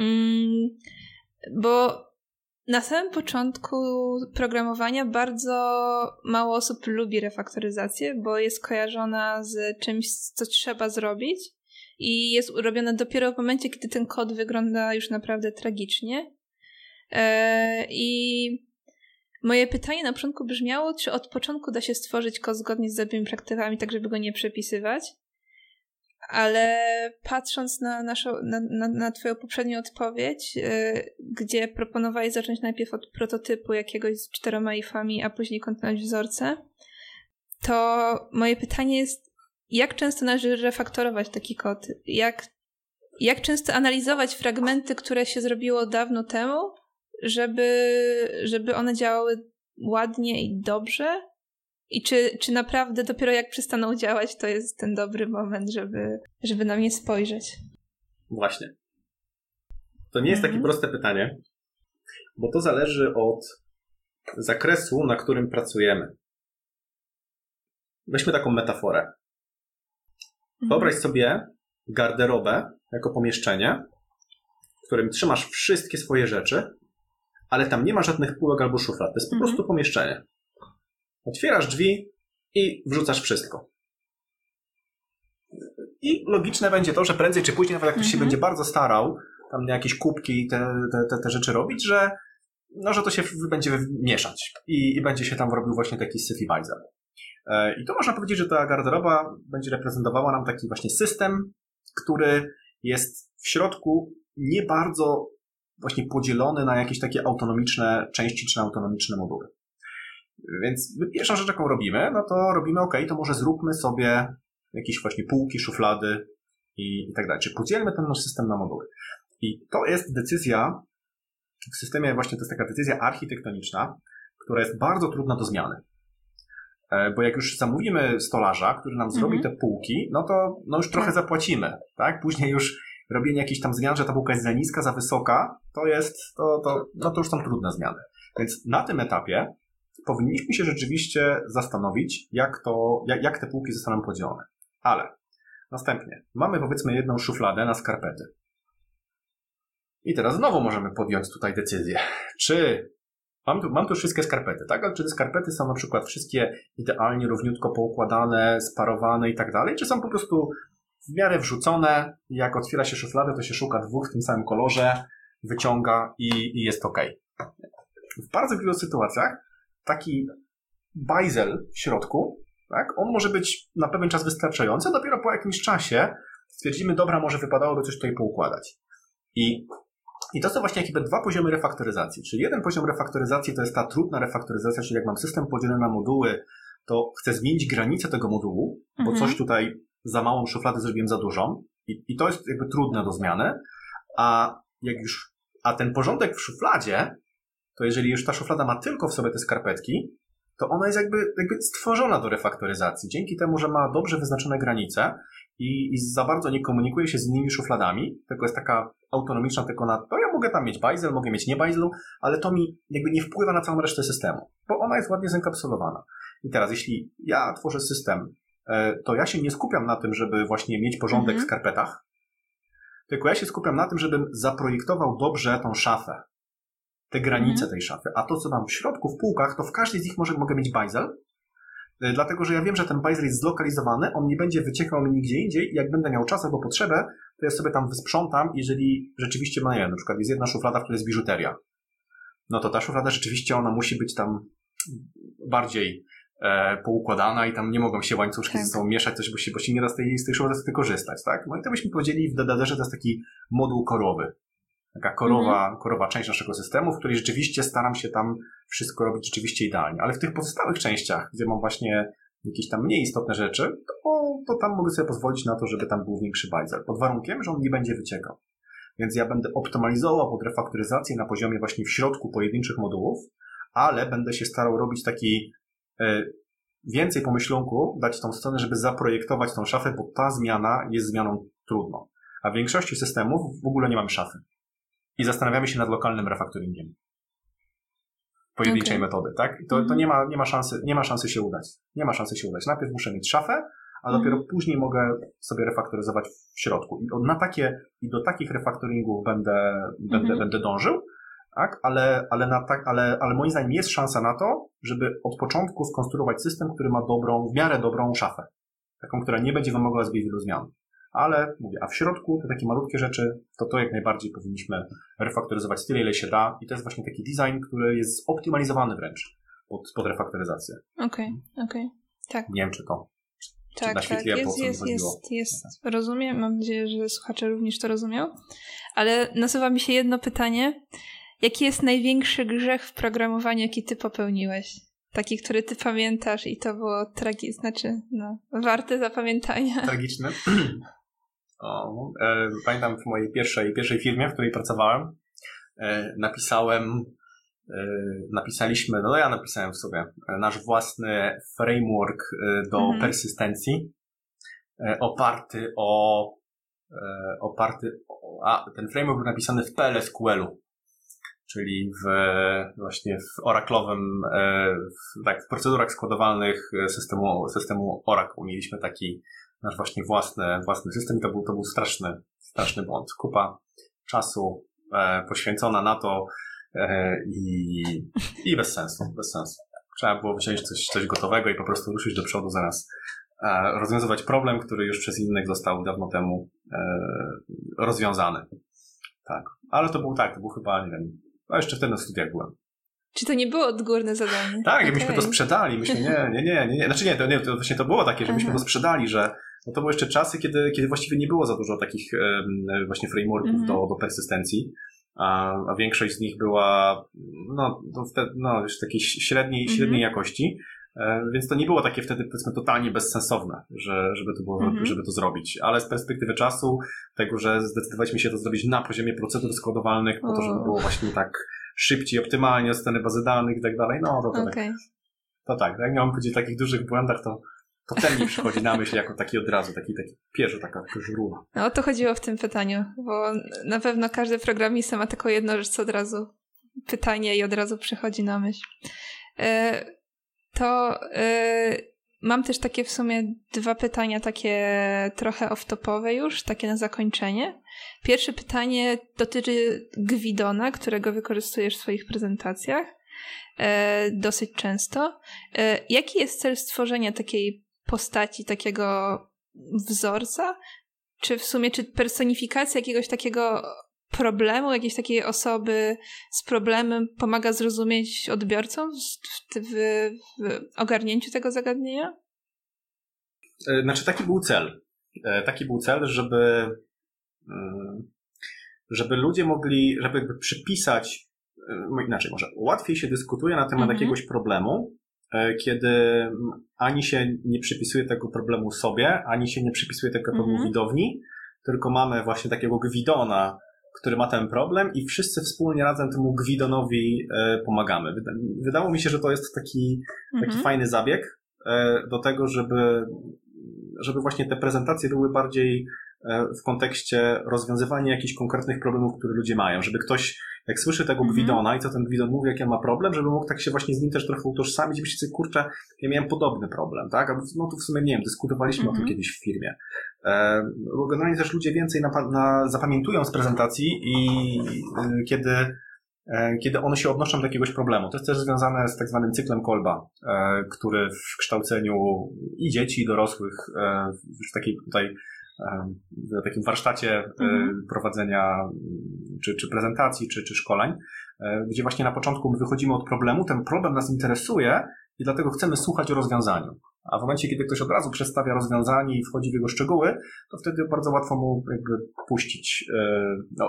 bo na samym początku programowania bardzo mało osób lubi refaktoryzację, bo jest kojarzona z czymś, co trzeba zrobić i jest robiona dopiero w momencie, kiedy ten kod wygląda już naprawdę tragicznie. Yy, I moje pytanie na początku brzmiało, czy od początku da się stworzyć kod zgodnie z dobrymi praktykami, tak żeby go nie przepisywać. Ale patrząc na naszą, na, na, na twoją poprzednią odpowiedź, yy, gdzie proponowałeś zacząć najpierw od prototypu jakiegoś z czteroma ifami, a później kontynuować wzorce, to moje pytanie jest, jak często należy refaktorować taki kod? Jak, jak często analizować fragmenty, które się zrobiło dawno temu, żeby, żeby one działały ładnie i dobrze? I czy, czy naprawdę dopiero jak przestaną działać, to jest ten dobry moment, żeby, żeby na mnie spojrzeć? Właśnie. To nie jest takie mhm. proste pytanie, bo to zależy od zakresu, na którym pracujemy. Weźmy taką metaforę. Mhm. Wyobraź sobie garderobę jako pomieszczenie, w którym trzymasz wszystkie swoje rzeczy, ale tam nie ma żadnych półek albo szuflad. To jest po mhm. prostu pomieszczenie. Otwierasz drzwi i wrzucasz wszystko. I logiczne będzie to, że prędzej czy później, nawet jak ktoś mhm. się będzie bardzo starał tam jakieś kubki i te, te, te, te rzeczy robić, że, no, że to się będzie mieszać i, i będzie się tam robił właśnie taki syfy bajzel. I to można powiedzieć, że ta garderoba będzie reprezentowała nam taki właśnie system, który jest w środku nie bardzo właśnie podzielony na jakieś takie autonomiczne części czy na autonomiczne moduły. Więc pierwszą rzecz, jaką robimy, no to robimy ok, to może zróbmy sobie jakieś właśnie półki, szuflady i, i tak dalej. Czyli podzielmy ten nasz system na moduły. I to jest decyzja, w systemie właśnie to jest taka decyzja architektoniczna, która jest bardzo trudna do zmiany. Bo jak już zamówimy stolarza, który nam zrobi mhm. te półki, no to no już trochę zapłacimy, tak? Później już robienie jakichś tam zmian, że ta bułka jest za niska, za wysoka, to jest, to, to, no to już są trudne zmiany. Więc na tym etapie powinniśmy się rzeczywiście zastanowić, jak to, jak, jak te półki zostaną podzielone. Ale następnie mamy powiedzmy jedną szufladę na skarpety. I teraz znowu możemy podjąć tutaj decyzję, czy mam tu, mam tu wszystkie skarpety, tak? Ale czy te skarpety są na przykład wszystkie idealnie, równiutko poukładane, sparowane i tak dalej, czy są po prostu w miarę wrzucone i jak otwiera się szufladę, to się szuka dwóch w tym samym kolorze, wyciąga i, i jest ok. W bardzo wielu sytuacjach taki bajzel w środku, tak? On może być na pewien czas wystarczający, dopiero po jakimś czasie stwierdzimy, dobra, może wypadałoby coś tutaj poukładać. I I to są właśnie jakby dwa poziomy refaktoryzacji. Czyli jeden poziom refaktoryzacji to jest ta trudna refaktoryzacja, czyli jak mam system podzielony na moduły, to chcę zmienić granicę tego modułu, bo mhm. coś tutaj za małą szufladę zrobiłem za dużą. I, I to jest jakby trudne do zmiany. A jak już, a ten porządek w szufladzie, to jeżeli już ta szuflada ma tylko w sobie te skarpetki, to ona jest jakby, jakby stworzona do refaktoryzacji. Dzięki temu, że ma dobrze wyznaczone granice i, i za bardzo nie komunikuje się z innymi szufladami, tylko jest taka autonomiczna tylko na to, ja mogę tam mieć bajzel, mogę mieć nie bajzlu, ale to mi jakby nie wpływa na całą resztę systemu, bo ona jest ładnie zenkapsulowana. I teraz, jeśli ja tworzę system, to ja się nie skupiam na tym, żeby właśnie mieć porządek mhm. w skarpetach, tylko ja się skupiam na tym, żebym zaprojektował dobrze tą szafę, te granice mhm. tej szafy, a to, co mam w środku, w półkach, to w każdej z nich może, mogę mieć bajzel, dlatego, że ja wiem, że ten bajzel jest zlokalizowany, on nie będzie wyciekał mi nigdzie indziej i jak będę miał czas albo potrzebę, to ja sobie tam wysprzątam, jeżeli rzeczywiście ma, nie wiem, na przykład jest jedna szuflada, w której jest biżuteria. No to ta szuflada rzeczywiście ona musi być tam bardziej e, poukładana i tam nie mogą się łańcuszki tak. ze sobą mieszać, coś, bo się, bo się nie da z tej, z tej szuflady korzystać, tak? No i to byśmy powiedzieli w D D D, że to jest taki moduł korowy. Taka korowa, mhm. korowa część naszego systemu, w której rzeczywiście staram się tam wszystko robić rzeczywiście idealnie. Ale w tych pozostałych częściach, gdzie mam właśnie jakieś tam mniej istotne rzeczy, to, to tam mogę sobie pozwolić na to, żeby tam był większy bajzel. Pod warunkiem, że on nie będzie wyciekał. Więc ja będę optymalizował pod refaktoryzację na poziomie właśnie w środku pojedynczych modułów, ale będę się starał robić taki e, więcej pomyślunku, dać tą stronę, żeby zaprojektować tą szafę, bo ta zmiana jest zmianą trudną. A w większości systemów w ogóle nie mamy szafy. I zastanawiamy się nad lokalnym refaktoringiem pojedynczej okay. metody, tak? I to, mm-hmm. to nie ma, nie ma szansy, nie ma szansy się udać. Nie ma szansy się udać. Najpierw muszę mieć szafę, a mm-hmm. dopiero później mogę sobie refaktoryzować w środku. I, na takie, i do takich refaktoringów będę, będę, mm-hmm. będę dążył, tak? Ale, ale, na tak, ale, ale moim zdaniem jest szansa na to, żeby od początku skonstruować system, który ma dobrą, w miarę dobrą szafę. Taką, która nie będzie wymagała zbyt wielu zmian. Ale mówię, a w środku te takie malutkie rzeczy, to to jak najbardziej powinniśmy refaktoryzować tyle, ile się da. I to jest właśnie taki design, który jest zoptymalizowany wręcz pod, pod refaktoryzację. Okej, okay, okej. Okay. Tak. Nie wiem, czy to czy tak, tak. Jest, jest, jest, jest. Rozumiem. Mam nadzieję, że słuchacze również to rozumiał. Ale nasuwa mi się jedno pytanie. Jaki jest największy grzech w programowaniu, jaki ty popełniłeś? Taki, który ty pamiętasz i to było tragiczne, znaczy, no, warte zapamiętania. Tragiczny? O, e, pamiętam w mojej pierwszej, pierwszej firmie, w której pracowałem, e, napisałem, e, napisaliśmy, no ja napisałem w sobie e, nasz własny framework e, do mhm. persystencji, e, oparty o, e, oparty o, a ten framework był napisany w P L S Q L-u, czyli w, właśnie w oraklowym, e, w, tak, w procedurach składowalnych systemu, systemu Oracle. Mieliśmy taki nasz właśnie własny, własny system i to był, to był straszny, straszny błąd. Kupa czasu e, poświęcona na to e, i, i bez sensu, bez sensu. Trzeba było wziąć coś, coś gotowego i po prostu ruszyć do przodu zamiast e, rozwiązywać problem, który już przez innych został dawno temu e, rozwiązany. Tak. Ale to był tak, to był chyba, nie wiem, a jeszcze wtedy na studiach byłem. Czy to nie było odgórne zadanie? Tak, okay. Myśmy to sprzedali. Myśmy, nie, nie, nie, nie, nie. Znaczy nie, to, nie, to właśnie to było takie, że myśmy Aha. to sprzedali, że no to były jeszcze czasy, kiedy, kiedy właściwie nie było za dużo takich um, właśnie frameworków mm-hmm. do, do persystencji, a, a większość z nich była no, to wtedy, no już takiej średniej, mm-hmm. średniej jakości, e, więc to nie było takie wtedy powiedzmy totalnie bezsensowne, że, żeby, to było, mm-hmm. żeby to zrobić, ale z perspektywy czasu, tego, że zdecydowaliśmy się to zrobić na poziomie procedur składowalnych, po to, żeby było właśnie tak szybciej, optymalnie od strony bazy danych i tak dalej, no to, to, okay. tak, to tak, jak miałem powiedzieć o takich dużych błędach, to to ten mi przychodzi na myśl jako taki od razu, taki, taki pierwszy, taka, taka żruna. No o to chodziło w tym pytaniu, bo na pewno każdy programista ma taką jedną rzecz, co od razu pytanie i od razu przychodzi na myśl. E, to e, mam też takie w sumie dwa pytania takie trochę off-topowe już, takie na zakończenie. Pierwsze pytanie dotyczy Gwidona, którego wykorzystujesz w swoich prezentacjach e, dosyć często. E, jaki jest cel stworzenia takiej postaci, takiego wzorca? Czy w sumie, czy personifikacja jakiegoś takiego problemu, jakiejś takiej osoby z problemem pomaga zrozumieć odbiorcom w, w, w ogarnięciu tego zagadnienia? Znaczy taki był cel. Taki był cel, żeby żeby ludzie mogli, żeby jakby przypisać, inaczej może, łatwiej się dyskutuje na temat mhm. jakiegoś problemu, kiedy ani się nie przypisuje tego problemu sobie, ani się nie przypisuje tego problemu mhm. widowni, tylko mamy właśnie takiego Gwidona, który ma ten problem i wszyscy wspólnie razem temu Gwidonowi e, pomagamy. Wyda, wydało mi się, że to jest taki, taki mhm. fajny zabieg e, do tego, żeby, żeby właśnie te prezentacje były bardziej e, w kontekście rozwiązywania jakichś konkretnych problemów, które ludzie mają. Żeby ktoś, jak słyszy tego mhm. Gwidona i co ten Gwidon mówi, jak ja ma problem, żeby mógł tak się właśnie z nim też trochę utożsamić i myśleć sobie, kurczę, ja miałem podobny problem, tak? Albo, no tu w sumie, nie wiem, dyskutowaliśmy mhm. o tym kiedyś w firmie. Bo generalnie też ludzie więcej na, na, zapamiętują z prezentacji i y, kiedy, y, kiedy one się odnoszą do jakiegoś problemu. To jest też związane z tak zwanym cyklem Kolba, y, który w kształceniu i dzieci, i dorosłych, y, w takiej tutaj y, w takim warsztacie y, mhm. prowadzenia czy, czy prezentacji, czy, czy szkoleń, y, gdzie właśnie na początku my wychodzimy od problemu, ten problem nas interesuje i dlatego chcemy słuchać o rozwiązaniu. A w momencie, kiedy ktoś od razu przedstawia rozwiązanie i wchodzi w jego szczegóły, to wtedy bardzo łatwo mu jakby puścić, no,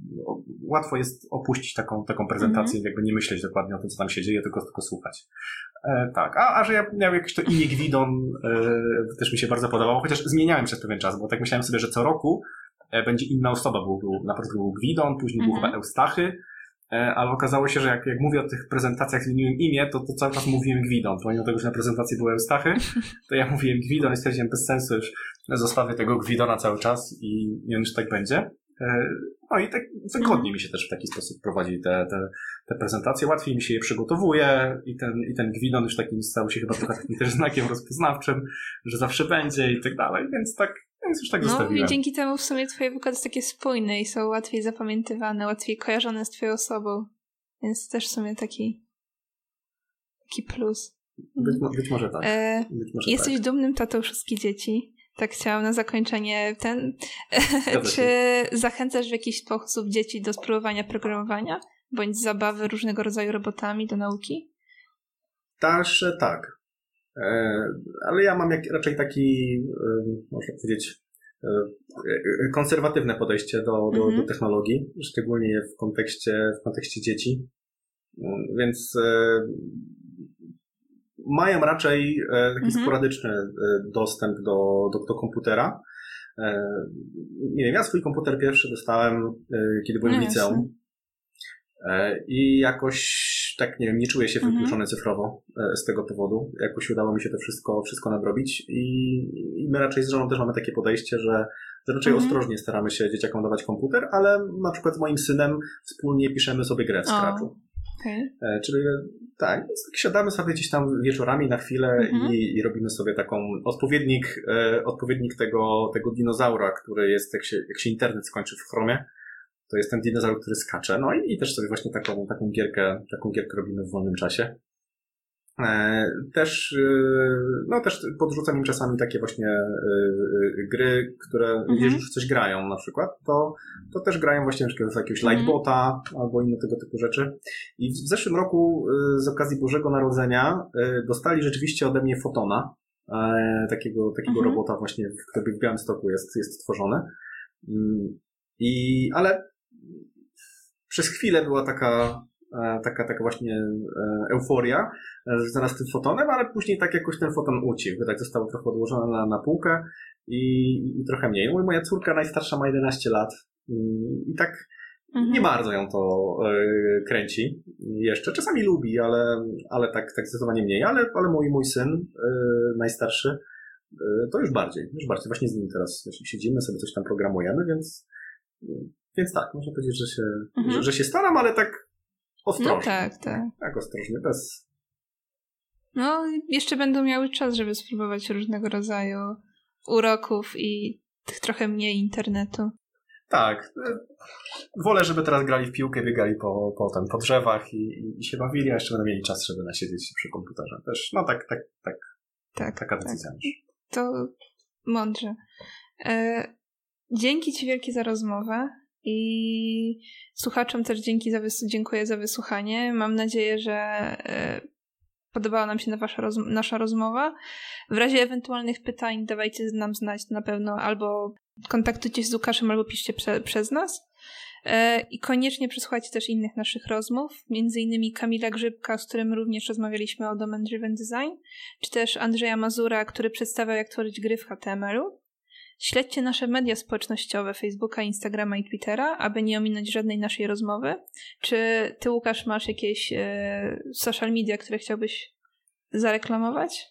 łatwo jest opuścić taką, taką prezentację, mm-hmm. jakby nie myśleć dokładnie o tym, co tam się dzieje, tylko, tylko słuchać. E, tak, a, a że ja miał jakieś to imię Gwidon, e, też mi się bardzo podobało, chociaż zmieniałem przez pewien czas, bo tak myślałem sobie, że co roku e, będzie inna osoba, był, był, na początku był Gwidon, później mm-hmm. był chyba Eustachy, ale okazało się, że jak, jak mówię o tych prezentacjach, zmieniłem imię, to, to cały czas mówiłem Gwidon. Pomimo tego, że na prezentacji były Eustachy, to ja mówiłem Gwidon i stwierdziłem bez sensu, już zostawię tego Gwidona cały czas i nie wiem, czy tak będzie. No i tak wygodnie mi się też w taki sposób prowadzi te, te, te prezentacje. Łatwiej mi się je przygotowuje i ten, i ten Gwidon już takim stał się chyba trochę takim też znakiem rozpoznawczym, że zawsze będzie i tak dalej, więc tak Więc już tak zostawiłem. No i dzięki temu w sumie twoje wykłady są takie spójne i są łatwiej zapamiętywane, łatwiej kojarzone z twoją osobą. Więc też w sumie taki taki plus. Być, być może tak. E, być może jesteś tak. dumnym tatą szóstki dzieci. Tak chciałam na zakończenie ten. Czy zachęcasz w jakiś sposób dzieci do spróbowania programowania? Bądź zabawy różnego rodzaju robotami do nauki? Też tak. Ale ja mam jak, raczej taki, można powiedzieć, konserwatywne podejście do, do, mm-hmm. do technologii, szczególnie w kontekście, w kontekście dzieci. Więc mają raczej taki mm-hmm. sporadyczny dostęp do, do, do komputera. Nie wiem, ja swój komputer pierwszy dostałem, kiedy byłem no w liceum. Jasne. I jakoś tak, nie wiem, nie czuję się wykluczony mm-hmm. cyfrowo z tego powodu. Jakoś udało mi się to wszystko, wszystko nadrobić i, i my raczej z żoną też mamy takie podejście, że, że raczej mm-hmm. ostrożnie staramy się dzieciakom dawać komputer, ale na przykład z moim synem wspólnie piszemy sobie grę w Scratchu. Okay. Czyli tak, siadamy sobie gdzieś tam wieczorami na chwilę mm-hmm. i, i robimy sobie taką odpowiednik, e, odpowiednik tego, tego dinozaura, który jest, jak się, jak się internet skończy w Chromie, to jest ten dinozaur, który skacze. No i, i też sobie właśnie taką, taką gierkę, taką gierkę robimy w wolnym czasie. E, też, e, no też podrzucam im czasami takie właśnie e, e, gry, które mm-hmm. jeżeli już coś grają na przykład, to, to też grają właśnie na przykład w jakiegoś mm-hmm. Lightbota albo inne tego typu rzeczy. I w zeszłym roku e, z okazji Bożego Narodzenia e, dostali rzeczywiście ode mnie Fotona, e, takiego, takiego mm-hmm. robota właśnie, który w Białymstoku jest, jest tworzony. I, ale przez chwilę była taka, taka, taka właśnie euforia związana z tym fotonem, ale później tak jakoś ten foton ucichł. Tak został trochę odłożony na, na półkę i, i trochę mniej. No i moja córka najstarsza ma jedenaście lat i tak mhm. nie bardzo ją to y, kręci jeszcze. Czasami lubi, ale, ale tak, tak zdecydowanie mniej. Ale, ale mój, mój syn y, najstarszy to już bardziej, już bardziej. Właśnie z nimi teraz siedzimy, sobie coś tam programujemy, więc, więc tak, można powiedzieć, że się, mhm. że, że się staram, ale tak ostrożnie. No tak, tak. Tak ostrożnie, bez... No, jeszcze będą miały czas, żeby spróbować różnego rodzaju uroków i tych trochę mniej internetu. Tak. Wolę, żeby teraz grali w piłkę, biegali po, po, tam, po drzewach i, i się bawili, a jeszcze będą mieli czas, żeby nasiedzieć przy komputerze. Też, no tak, tak, tak. Tak, taka decyzja. Tak. To mądrze. E, dzięki Ci wielkie za rozmowę i słuchaczom też dzięki za wys- dziękuję za wysłuchanie. Mam nadzieję, że e, podobała nam się wasza roz- nasza rozmowa. W razie ewentualnych pytań dawajcie nam znać na pewno, albo kontaktujcie się z Łukaszem, albo piszcie prze- przez nas. E, I koniecznie przesłuchajcie też innych naszych rozmów, między innymi Kamila Grzybka, z którym również rozmawialiśmy o Domain Driven Design, czy też Andrzeja Mazura, który przedstawiał, jak tworzyć gry w H T M L-u. Śledźcie nasze media społecznościowe, Facebooka, Instagrama i Twittera, aby nie ominąć żadnej naszej rozmowy. Czy ty, Łukasz, masz jakieś e, social media, które chciałbyś zareklamować?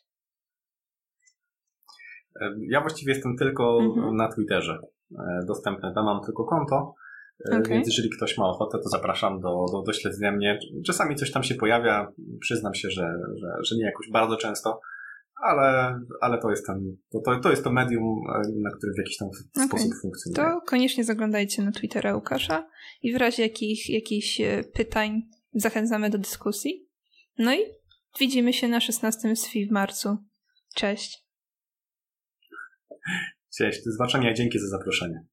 Ja właściwie jestem tylko mhm. na Twitterze dostępny. Tam mam tylko konto, okay. Więc jeżeli ktoś ma ochotę, to zapraszam do, do, do śledzenia mnie. Czasami coś tam się pojawia, przyznam się, że, że, że nie jakoś bardzo często, ale, ale to, jest ten, to, to, to jest to medium, na którym w jakiś tam okay. sposób funkcjonuje. To koniecznie zaglądajcie na Twittera Łukasza i w razie jakich, jakichś pytań zachęcamy do dyskusji. No i widzimy się na szesnastym S F I w marcu. Cześć. Cześć, do zobaczenia, dzięki za zaproszenie.